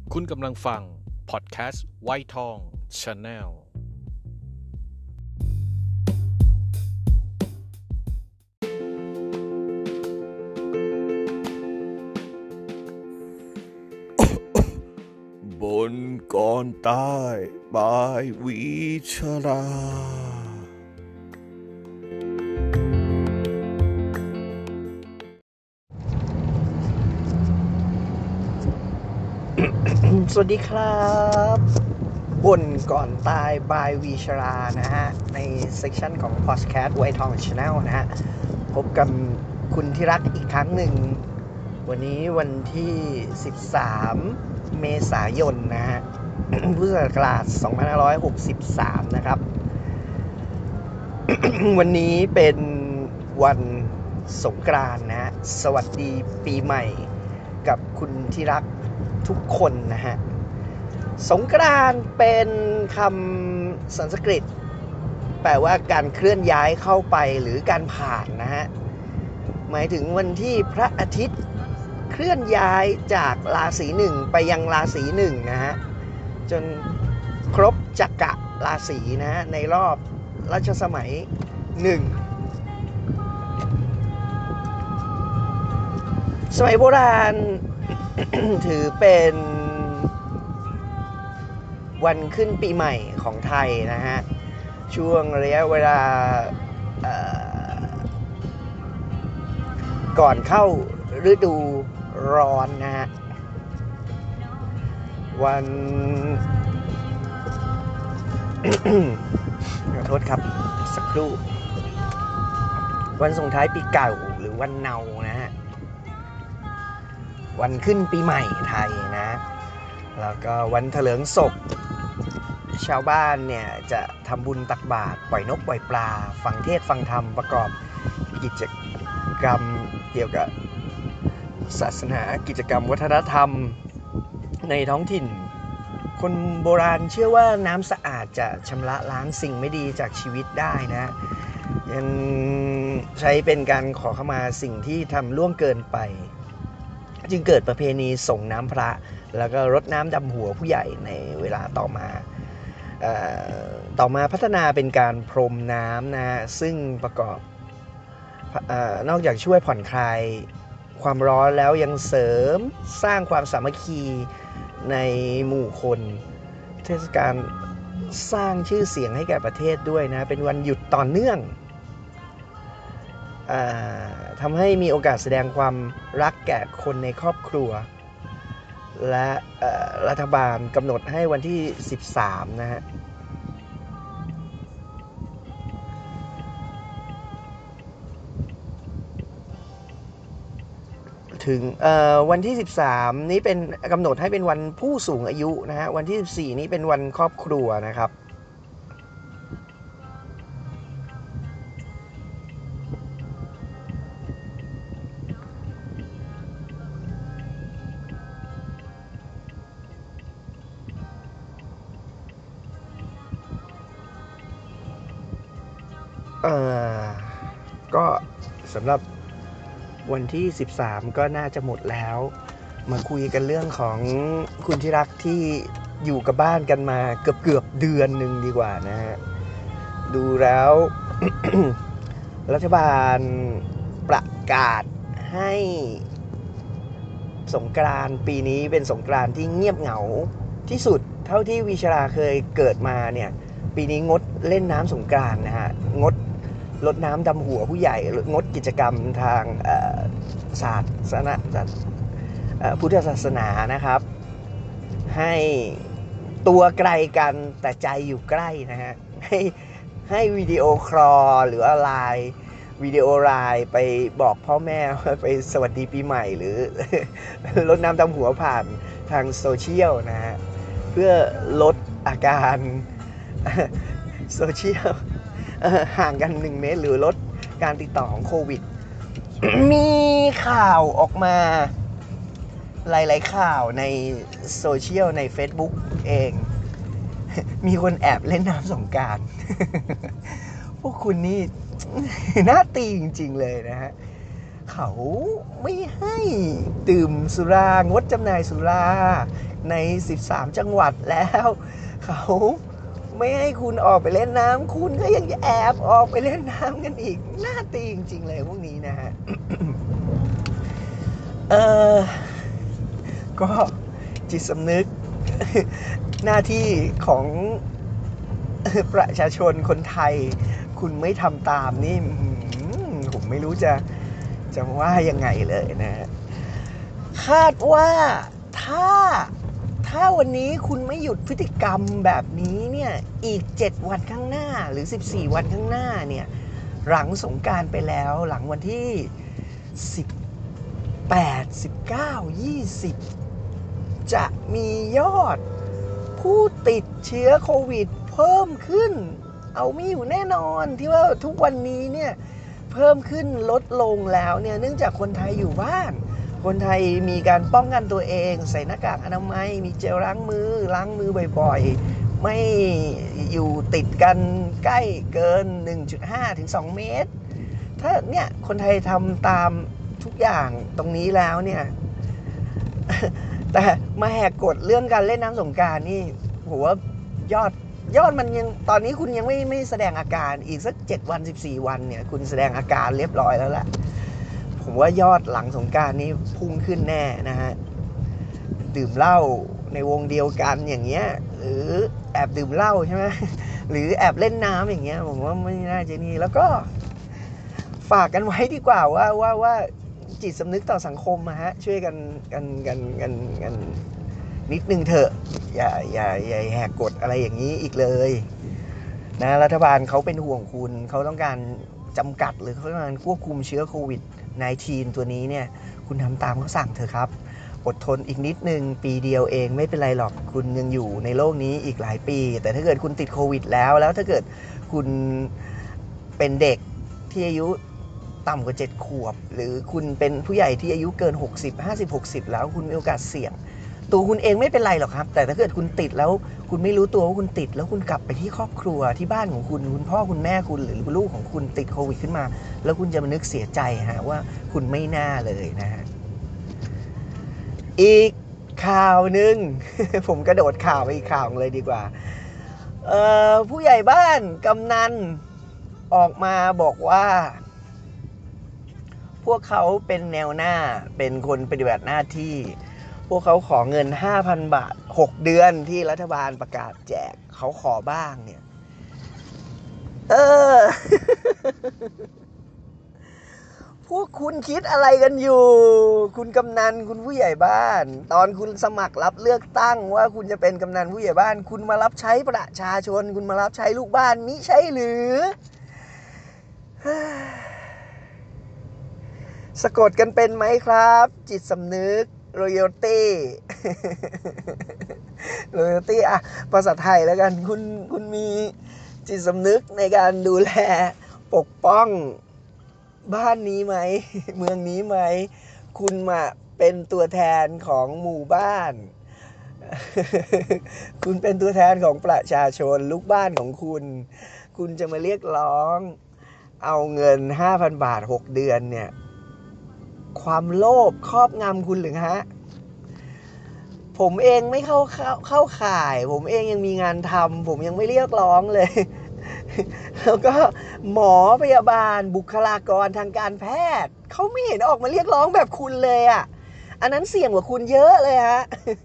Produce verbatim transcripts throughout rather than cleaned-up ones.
คุณกำลังฟังพอดแคสต์ไวท์ทอง Channel บนก่อนตายบายวิชราสวัสดีครับบ่นก่อนตายบายวีชรานะฮะในเซกชันของ Podcast ไวท์ทอง Channel นะฮะพบกับคุณที่รักอีกครั้งหนึ่งวันนี้วันที่สิบสามเมษายนนะฮะ พุทธศักราชสองพันห้าร้อยหกสิบสามนะครับ วันนี้เป็นวันสงกรานต์นะฮะสวัสดีปีใหม่กับคุณที่รักทุกคนนะฮะสงกรานต์เป็นคำสันสกฤตแปลว่าการเคลื่อนย้ายเข้าไปหรือการผ่านนะฮะหมายถึงวันที่พระอาทิตย์เคลื่อนย้ายจากราศีหนึ่งไปยังราศีหนึ่งนะฮะจนครบจักรราศีนะฮะในรอบรัชสมัยหนึ่งสมัยโบราณ ถือเป็นวันขึ้นปีใหม่ของไทยนะฮะช่วงระยะเวลาก่อนเข้าฤดูร้อนนะฮะวัน ขอโทษครับสักครู่วันส่งท้ายปีเก่าหรือวันเนานะฮะวันขึ้นปีใหม่ไทยนะแล้วก็วันเถลิงศพชาวบ้านเนี่ยจะทำบุญตักบาตรปล่อยนกปล่อยปลาฟังเทศน์ฟังธรรมประกอบกิจกรรมเกี่ยวกับศาสนากิจกรรมวัฒนธรรมในท้องถิ่นคนโบราณเชื่อว่าน้ำสะอาดจะชำระล้างสิ่งไม่ดีจากชีวิตได้นะยังใช้เป็นการขอขมาสิ่งที่ทำล่วงเกินไปจึงเกิดประเพณีส่งน้ำพระแล้วก็รดน้ำดำหัวผู้ใหญ่ในเวลาต่อมาเอ่อต่อมาพัฒนาเป็นการพรมน้ำนะซึ่งประกอบเอ่อนอกจากช่วยผ่อนคลายความร้อนแล้วยังเสริมสร้างความสามัคคีในหมู่คนเทศกาลสร้างชื่อเสียงให้แก่ประเทศด้วยนะเป็นวันหยุดต่อเนื่องทำให้มีโอกาสแสดงความรักแก่คนในครอบครัวและรัฐบาลกำหนดให้วันที่สิบสามนะฮะถึงวันที่สิบสามนี้เป็นกำหนดให้เป็นวันผู้สูงอายุนะฮะวันที่สิบสี่นี้เป็นวันครอบครัวนะครับเอ่อก็สำหรับวันที่สิบสามก็น่าจะหมดแล้วมาคุยกันเรื่องของคุณที่รักที่อยู่กับบ้านกันมาเกือบเกือบเดือนหนึ่งดีกว่านะฮะดูแล้ว รัฐบาลประกาศให้สงกรานต์ปีนี้เป็นสงกรานต์ที่เงียบเหงาที่สุดเท่าที่วิชราเคยเกิดมาเนี่ยปีนี้งดเล่นน้ำสงกรานต์นะฮะงดรดน้ำดำหัวผู้ใหญ่งดกิจกรรมทางศาสนาพุทธศาสนานะครับให้ตัวไกลกันแต่ใจอยู่ใกล้นะฮะให้ให้วิดีโอคอลหรือไลน์วิดีโอไลน์ไปบอกพ่อแม่ไปสวัสดีปีใหม่หรือรดน้ำดำหัวผ่านทางโซเชียลนะฮะเพื่อลดอาการโซเชียลห่างกันหนึ่งเมตรหรือลดการติดต่อของโควิด มีข่าวออกมาหลายๆข่าวในโซเชียลใน Facebook เองมีคนแอบเล่นน้ำสงกรานต์ พวกคุณนี่ น่าตีจริงๆเลยนะฮะขเขาไม่ให้ดื่มสุรางดจำหน่ายสุราในสิบสามจังหวัดแล้วเขาไม่ให้คุณออกไปเล่นน้ำคุณก็ยังแอบออกไปเล่นน้ำกันอีกน่าตีจริงๆเลยพวกนี้นะฮะ เออก็จิตสำนึก หน้าที่ของประชาชนคนไทยคุณไม่ทำตามนี่ผมไม่รู้จะจะว่ายังไงเลยนะคาดว่าถ้าถ้าวันนี้คุณไม่หยุดพฤติกรรมแบบนี้เนี่ยอีกเจ็ดวันข้างหน้าหรือสิบสี่วันข้างหน้าเนี่ยหลังสงกรานต์ไปแล้วหลังวันที่สิบแปด สิบเก้า ยี่สิบจะมียอดผู้ติดเชื้อโควิดเพิ่มขึ้นเอาไม่อยู่แน่นอนที่ว่าทุกวันนี้เนี่ยเพิ่มขึ้นลดลงแล้วเนี่ยเนื่องจากคนไทยอยู่บ้านคนไทยมีการป้องกันตัวเองใส่หน้ากากอนามัยมีเจลล้างมือล้างมือบ่อยๆไม่อยู่ติดกันใกล้เกิน หนึ่งจุดห้า ถึง สอง เมตรถ้าเนี่ยคนไทยทำตามทุกอย่างตรงนี้แล้วเนี่ยแต่มาแหกกฎเรื่องการเล่นน้ำสงกรานต์นี่ผมว่ายอดยอดมันยังตอนนี้คุณยังไม่ไม่แสดงอาการอีกสักเจ็ดวันสิบสี่วันเนี่ยคุณแสดงอาการเรียบร้อยแล้วแหละผมว่ายอดหลังสงกรานต์นี้พุ่งขึ้นแน่นะฮะดื่มเหล้าในวงเดียวกันอย่างเงี้ยหรือแอบดื่มเหล้าใช่ไหมหรือแอบเล่นน้ำอย่างเงี้ยผมว่าไม่น่าจะนี่แล้วก็ฝากกันไว้ดีกว่าว่าว่าว่าจิตสำนึกต่อสังคมนะฮะช่วยกันกันกันกันกันนิดนึงเถอะอย่าอย่าอย่าแหกกฎอะไรอย่างนี้อีกเลยนะรัฐบาลเขาเป็นห่วงคุณเขาต้องการจำกัดหรือเขาต้องการควบคุมเชื้อโควิด สิบเก้า ตัวนี้เนี่ยคุณทำตามเขาสั่งเถอะครับอดทนอีกนิดนึงปีเดียวเองไม่เป็นไรหรอกคุณยังอยู่ในโลกนี้อีกหลายปีแต่ถ้าเกิดคุณติดโควิดแล้วแล้วถ้าเกิดคุณเป็นเด็กที่อายุต่ำกว่าเจ็ดขวบหรือคุณเป็นผู้ใหญ่ที่อายุเกินหกสิบ ห้าสิบ หกสิบแล้วคุณมีโอกาสเสี่ยงตัวคุณเองไม่เป็นไรหรอกครับแต่ถ้าเกิดคุณติดแล้วคุณไม่รู้ตัวว่าคุณติดแล้วคุณกลับไปที่ครอบครัวที่บ้านของคุณคุณพ่อคุณแม่คุณหรือลูกของคุณติดโควิดขึ้นมาแล้วคุณจะมานึกเสียใจฮะว่าคุณไม่น่าเลยนะฮะอีกข่าวหนึ่ง ผมกระโดดข่าวไปอีกข่าวเลยดีกว่าเอ่อผู้ใหญ่บ้านกำนันออกมาบอกว่าพวกเขาเป็นแนวหน้าเป็นคนปฏิบัติหน้าที่พวกเขาขอเงิน ห้าพัน บาทหกเดือนที่รัฐบาลประกาศแจกเขาขอบ้างเนี่ยเออ พวกคุณคิดอะไรกันอยู่คุณกำนันคุณผู้ใหญ่บ้านตอนคุณสมัครรับเลือกตั้งว่าคุณจะเป็นกำนันผู้ใหญ่บ้านคุณมารับใช้ประชาชนคุณมารับใช้ลูกบ้านมิใช่หรือ สะกดกันเป็นไหมครับจิตสำนึก royalty royalty อ่ะภาษาไทยแล้วกันคุณคุณมีจิตสำนึกในการดูแลปกป้องบ้านนี้ไหมเมืองนี้ไหมคุณมาเป็นตัวแทนของหมู่บ้าน คุณเป็นตัวแทนของประชาชนลูกบ้านของคุณคุณจะมาเรียกร้องเอาเงิน ห้าพัน บาทหกเดือนเนี่ยความโลภครอบงำคุณหรือฮะผมเองไม่เข้าเข้าเข้าข่ายผมเองยังมีงานทำผมยังไม่เรียกร้องเลย แล้วก็หมอพยาบาลบุคลากรทางการแพทย์เขาไม่เห็นออกมาเรียกร้องแบบคุณเลยอ่ะอันนั้นเสี่ยงกว่าคุณเยอะเลยฮะ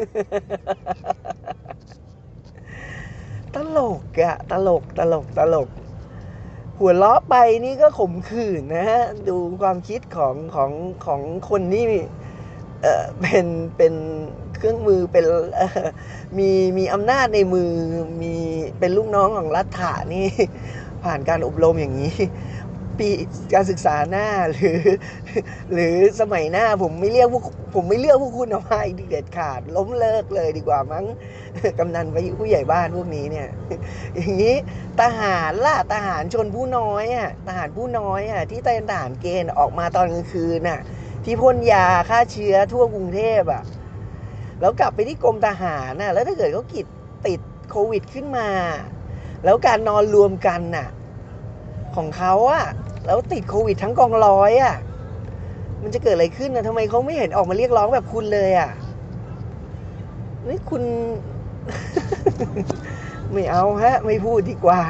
ตลกอะตลกตลกตลกหัวเราะไปนี่ก็ขมขื่นนะฮะดูความคิดของของของคนนี่เอ่อเป็นเป็นเครื่องมือเป็นเอ่อมีมีอำนาจในมือมีเป็นลูกน้องของรัฐะนี่ผ่านการอบรมอย่างนี้ปีการศึกษาหน้าหรือหรือสมัยหน้าผมไม่เรียกพวกผมไม่เลือกพวกคุณออกมาอีกเด็ดขาดล้มเลิกเลยดีกว่ามั้งกำนันผู้ใหญ่บ้านพวกนี้เนี่ยอย่างนี้ทหารล่ะทหารชนผู้น้อยอ่ะทหารผู้น้อยอ่ะที่เตนทหารเกณฑ์ออกมาตอนกลางคืนน่ะที่พ่นยาฆ่าเชื้อทั่วกรุงเทพอ่ะแล้วกลับไปที่กรมทหารน่ะแล้วถ้าเกิดเขาติดติดโควิดขึ้นมาแล้วการนอนรวมกันน่ะของเขาอ่ะแล้วติดโควิดทั้งกองร้อยอ่ะมันจะเกิดอะไรขึ้นนะทำไมเขาไม่เห็นออกมาเรียกร้องแบบคุณเลยอ่ะนี่คุณ ไม่เอาฮะไม่พูดดีกว่า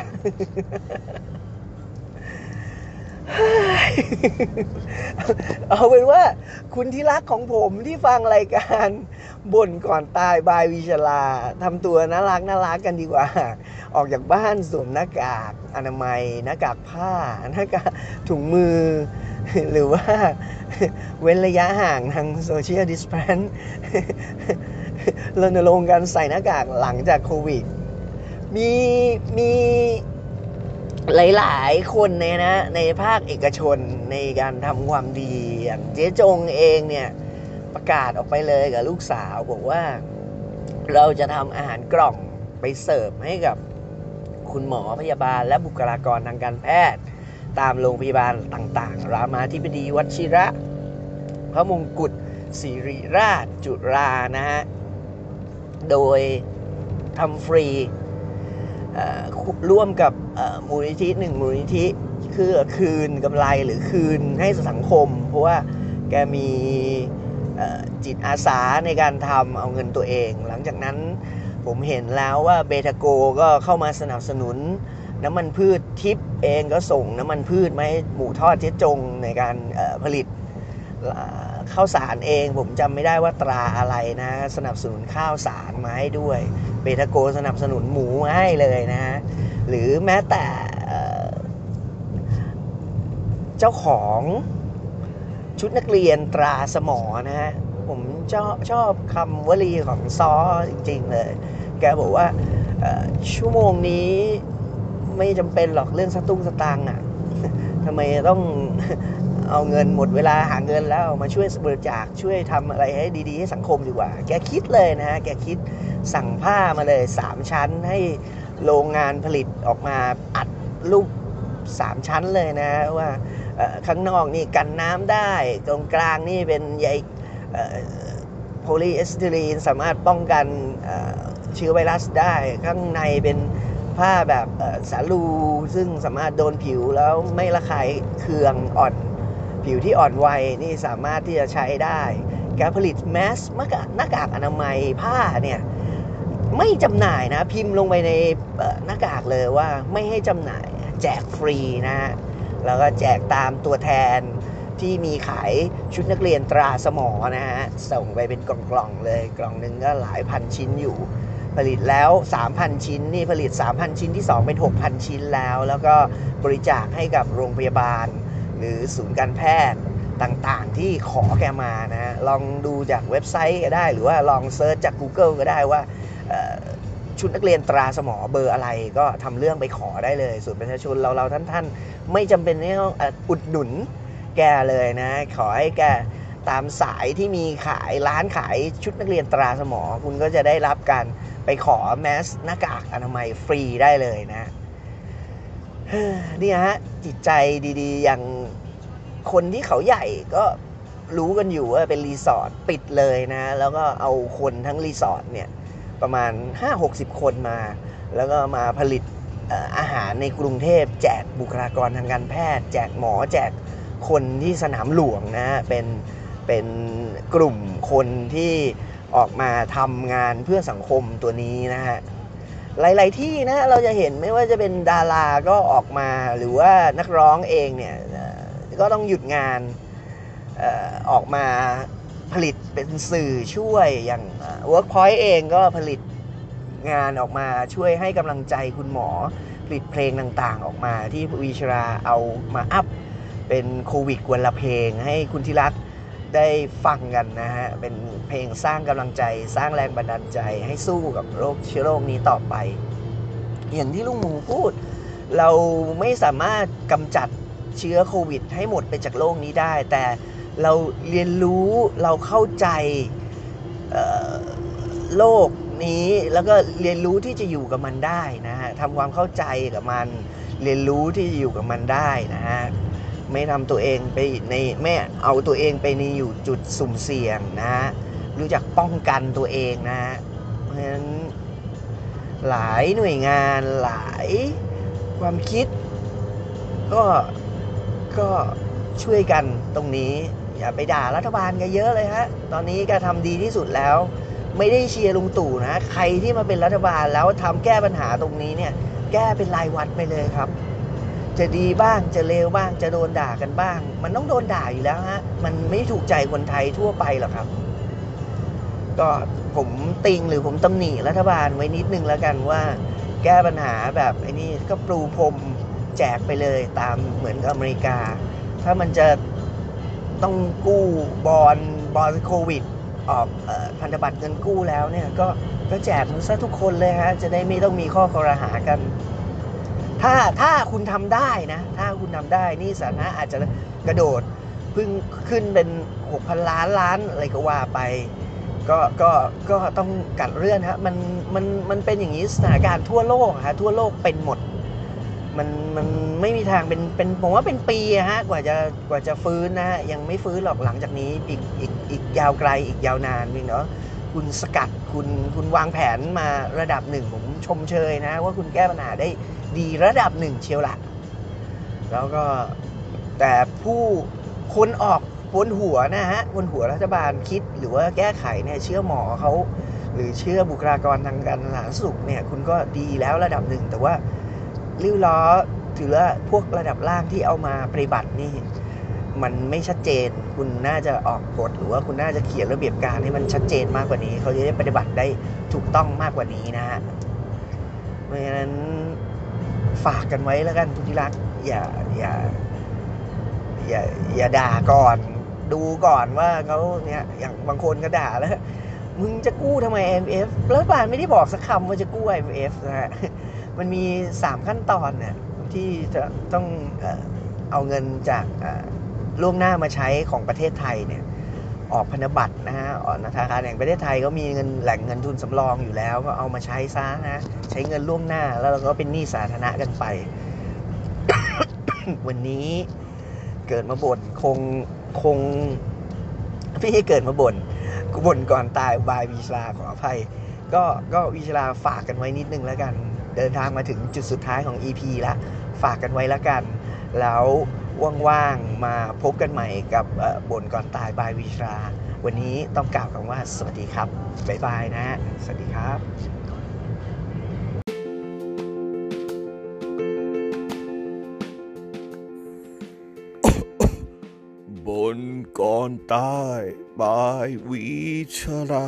เอาเป็นว่าคุณที่รักของผมที่ฟังรายการบ่นก่อนตายบายวิชลาทำตัวน่ารักน่ารักกันดีกว่าออกจากบ้านสวมหน้ากากอนามัยหน้ากากผ้าหน้ากากถุงมือหรือว่าเว้นระยะห่างทางโซเชียลดิสแทนซ์รณรงค์การใส่หน้ากากหลังจากโควิดมีมีหลายๆคนเนี่ยนะในภาคเอกชนในการทำความดีอย่างเจ๊จงเองเนี่ยประกาศออกไปเลยกับลูกสาวบอกว่าเราจะทำอาหารกล่องไปเสิร์ฟให้กับคุณหมอพยาบาลและบุคลากรทางการแพทย์ตามโรงพยาบาลต่างๆรามาธิบดีวชิระพระมงกุฎศิริราชจุฬานะฮะโดยทำฟรีร่วมกับมูลนิธิหนึ่งมูลนิธิคือคืนกำไรหรือคืนให้สังคมเพราะว่าแกมีจิตอาสาในการทำเอาเงินตัวเองหลังจากนั้นผมเห็นแล้วว่าเบทาโกก็เข้ามาสนับสนุนน้ำมันพืชทิปเองก็ส่งน้ำมันพืชมาให้หมูทอดเจ๊จงในการผลิตข้าวสารเองผมจำไม่ได้ว่าตราอะไรนะสนับสนุนข้าวสารมาให้ด้วยเบทาโกสนับสนุนหมูมาให้เลยนะหรือแม้แต่เจ้าของชุดนักเรียนตราสมอนะฮะผมชอบชอบคำวลีของซอจริงๆเลยแกบอกว่าชั่วโมงนี้ไม่จำเป็นหรอกเรื่องสตุ้งสตางค์อ่ะทำไมต้องเอาเงินหมดเวลาหาเงินแล้วมาช่วยบริจาคช่วยทำอะไรให้ดีๆให้สังคมดีกว่าแกคิดเลยนะฮะแกคิดสั่งผ้ามาเลยสามชั้นให้โรงงานผลิตออกมาอัดรูปสามชั้นเลยนะว่าข้างนอกนี่กันน้ำได้ตรงกลางนี่เป็นใยโพลีเอสเทอรีนสามารถป้องกันเชื้อไวรัสได้ข้างในเป็นผ้าแบบสาลูซึ่งสามารถโดนผิวแล้วไม่ระคายเคืองอ่อนผิวที่อ่อนวัยนี่สามารถที่จะใช้ได้การผลิตแมสหน้ากากอนามัยผ้าเนี่ยไม่จำหน่ายนะพิมพ์ลงไปในหน้ากากเลยว่าไม่ให้จำหน่ายแจกฟรีนะฮะแล้วก็แจกตามตัวแทนที่มีขายชุดนักเรียนตราสมอนะฮะส่งไปเป็นกล่องๆเลยกล่องนึงก็หลายพันชิ้นอยู่ผลิตแล้ว สามพัน ชิ้นนี่ผลิต สามพัน ชิ้นที่สองเป็น หกพัน ชิ้นแล้วแล้วก็บริจาคให้กับโรงพยาบาลหรือศูนย์การแพทย์ต่างๆที่ขอแกมานะลองดูจากเว็บไซต์ก็ได้หรือว่าลองเซิร์ชจาก Google ก็ได้ว่าชุดนักเรียนตราสมอเบอร์อะไรก็ทำเรื่องไปขอได้เลยส่วนประชาชนเราเราท่านๆไม่จำเป็นต้องอุดหนุนแกเลยนะขอให้แกตามสายที่มีขายร้านขายชุดนักเรียนตราสมอคุณก็จะได้รับการไปขอแมสหน้ากากอนามัยฟรีได้เลยนะนี่ฮะจิตใจดีๆอย่างคนที่เขาใหญ่ก็รู้กันอยู่ว่าเป็นรีสอร์ทปิดเลยนะแล้วก็เอาคนทั้งรีสอร์ทเนี่ยประมาณ ห้าหกสิบ คนมาแล้วก็มาผลิตอาหารในกรุงเทพแจกบุคลากรทางการแพทย์แจกหมอแจกคนที่สนามหลวงนะเป็นเป็นกลุ่มคนที่ออกมาทำงานเพื่อสังคมตัวนี้นะฮะหลายๆที่นะเราจะเห็นไม่ว่าจะเป็นดาราก็ออกมาหรือว่านักร้องเองเนี่ยก็ต้องหยุดงานออกมาผลิตเป็นสื่อช่วยอย่าง Workpoint เองก็ผลิตงานออกมาช่วยให้กำลังใจคุณหมอผลิตเพลงต่างๆออกมาที่วิชราเอามาอัพเป็นโควิดวันละเพลงให้คุณธีรัตน์ได้ฟังกันนะฮะเป็นเพลงสร้างกำลังใจสร้างแรงบันดาลใจให้สู้กับโรคเชื้อโรคนี้ต่อไปอย่างที่ลุงหมูพูดเราไม่สามารถกำจัดเชื้อโควิดให้หมดไปจากโลกนี้ได้แต่เราเรียนรู้เราเข้าใจโลกนี้แล้วก็เรียนรู้ที่จะอยู่กับมันได้นะฮะทำความเข้าใจกับมันเรียนรู้ที่จะอยู่กับมันได้นะฮะไม่ทำตัวเองไปในไม่เอาตัวเองไปในอยู่จุดสุ่มเสี่ยงนะฮะรู้จักป้องกันตัวเองนะฮะเพราะฉะนั้นหลายหน่วยงานหลายความคิดก็ก็ช่วยกันตรงนี้อย่าไปด่ารัฐบาลกันเยอะเลยฮะตอนนี้ก็ทำดีที่สุดแล้วไม่ได้เชียร์ลุงตู่นะใครที่มาเป็นรัฐบาลแล้วทำแก้ปัญหาตรงนี้เนี่ยแก้เป็นรายวันไปเลยครับจะดีบ้างจะเลวบ้างจะโดนด่ากันบ้างมันต้องโดนด่าอยู่แล้วฮะมันไม่ถูกใจคนไทยทั่วไปหรอกครับก็ผมติงหรือผมตำหนิรัฐบาลไว้นิดนึงแล้วกันว่าแก้ปัญหาแบบไอ้นี่ก็ปรูพรมแจกไปเลยตามเหมือนกับอเมริกาถ้ามันจะต้องกู้บอนบอนโควิดออกเอ่อพันธบัตรเงินกู้แล้วเนี่ยก็ก็แจกมันซะทุกคนเลยฮะจะได้ไม่ต้องมีข้อคอรหากันถ้าถ้าคุณทำได้นะถ้าคุณทำได้นี่สาธารณะอาจจะกระโดดเพิ่งขึ้นเป็น หกพัน ล้านล้านอะไรก็ว่าไปก็ก็ก็ต้องกัดเลื่อนฮะมันมันมันเป็นอย่างนี้สถานการณ์ทั่วโลกฮะทั่วโลกเป็นหมดมันมันไม่มีทางเป็นเป็นผมว่าเป็นปีอะฮะกว่าจะกว่าจะฟื้นนะฮะยังไม่ฟื้นหรอกหลังจากนี้อีกอีกอีกยาวไกลอีกยาวนานเนาะคุณสกัดคุณคุณวางแผนมาระดับหนึ่งผมชมเชยนะว่าคุณแก้ปัญหาได้ดีระดับหนึ่งเชียวละแล้วก็แต่ผู้คนออกบนหัวนะฮะบนหัวรัฐบาลคิดหรือว่าแก้ไขเนี่ยเชื่อหมอเขาหรือเชื่อบุคลากรทางการสาธารณสุขเนี่ยคุณก็ดีแล้วระดับหนึ่งแต่ว่าริ้วล้อถือว่าพวกระดับล่างที่เอามาปฏิบัตินี่มันไม่ชัดเจนคุณน่าจะออกกฎหรือว่าคุณน่าจะเขียนระเบียบการให้มันชัดเจนมากกว่านี้เขาจะได้ปฏิบัติได้ถูกต้องมากกว่านี้นะฮะเพราะฉะนั้นฝากกันไว้แล้วกันทุกที่รักอย่าอย่าอย่าอย่าด่าก่อนดูก่อนว่าเขาเนี่ยอย่างบางคนก็ด่าแล้วมึงจะกู้ทำไม ไอ เอ็ม เอฟ รัฐบาลไม่ได้บอกสักคำว่าจะกู้ ไอ เอ็ม เอฟ นะฮะมันมีสามขั้นตอนเนี่ยที่จะต้องเอ่อเอาเงินจากล่วงหน้ามาใช้ของประเทศไทยเนี่ยออกพันธบัตรนะฮะธนาคารแห่งประเทศไทยก็มีเงินแหล่งเงินทุนสำรองอยู่แล้วก็เอามาใช้ซะนะใช้เงินล่วงหน้าแล้วเราก็เป็นหนี้สาธารณะกันไป วันนี้เกิดมาบ่นคงคงไม่ใช่เกิดมาบ่นกูบ่นก่อนตายบายวิชาขออภัยก็ก็วิชาฝากกันไว้นิดนึงแล้วกันเดินทางมาถึงจุดสุดท้ายของ อี พี แล้วฝากกันไว้แล้วกันแล้วว่างๆมาพบกันใหม่กับบ่นก่อนตายบายวิชาวันนี้ต้องกล่าวคำว่าสวัสดีครับบ๊ายบายนะสวัสดีครับบนก่อนตายบายวิชรา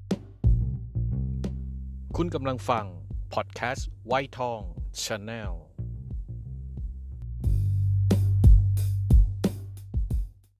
คุณกำลังฟังพอดแคสต์ไวท์ทอง Channel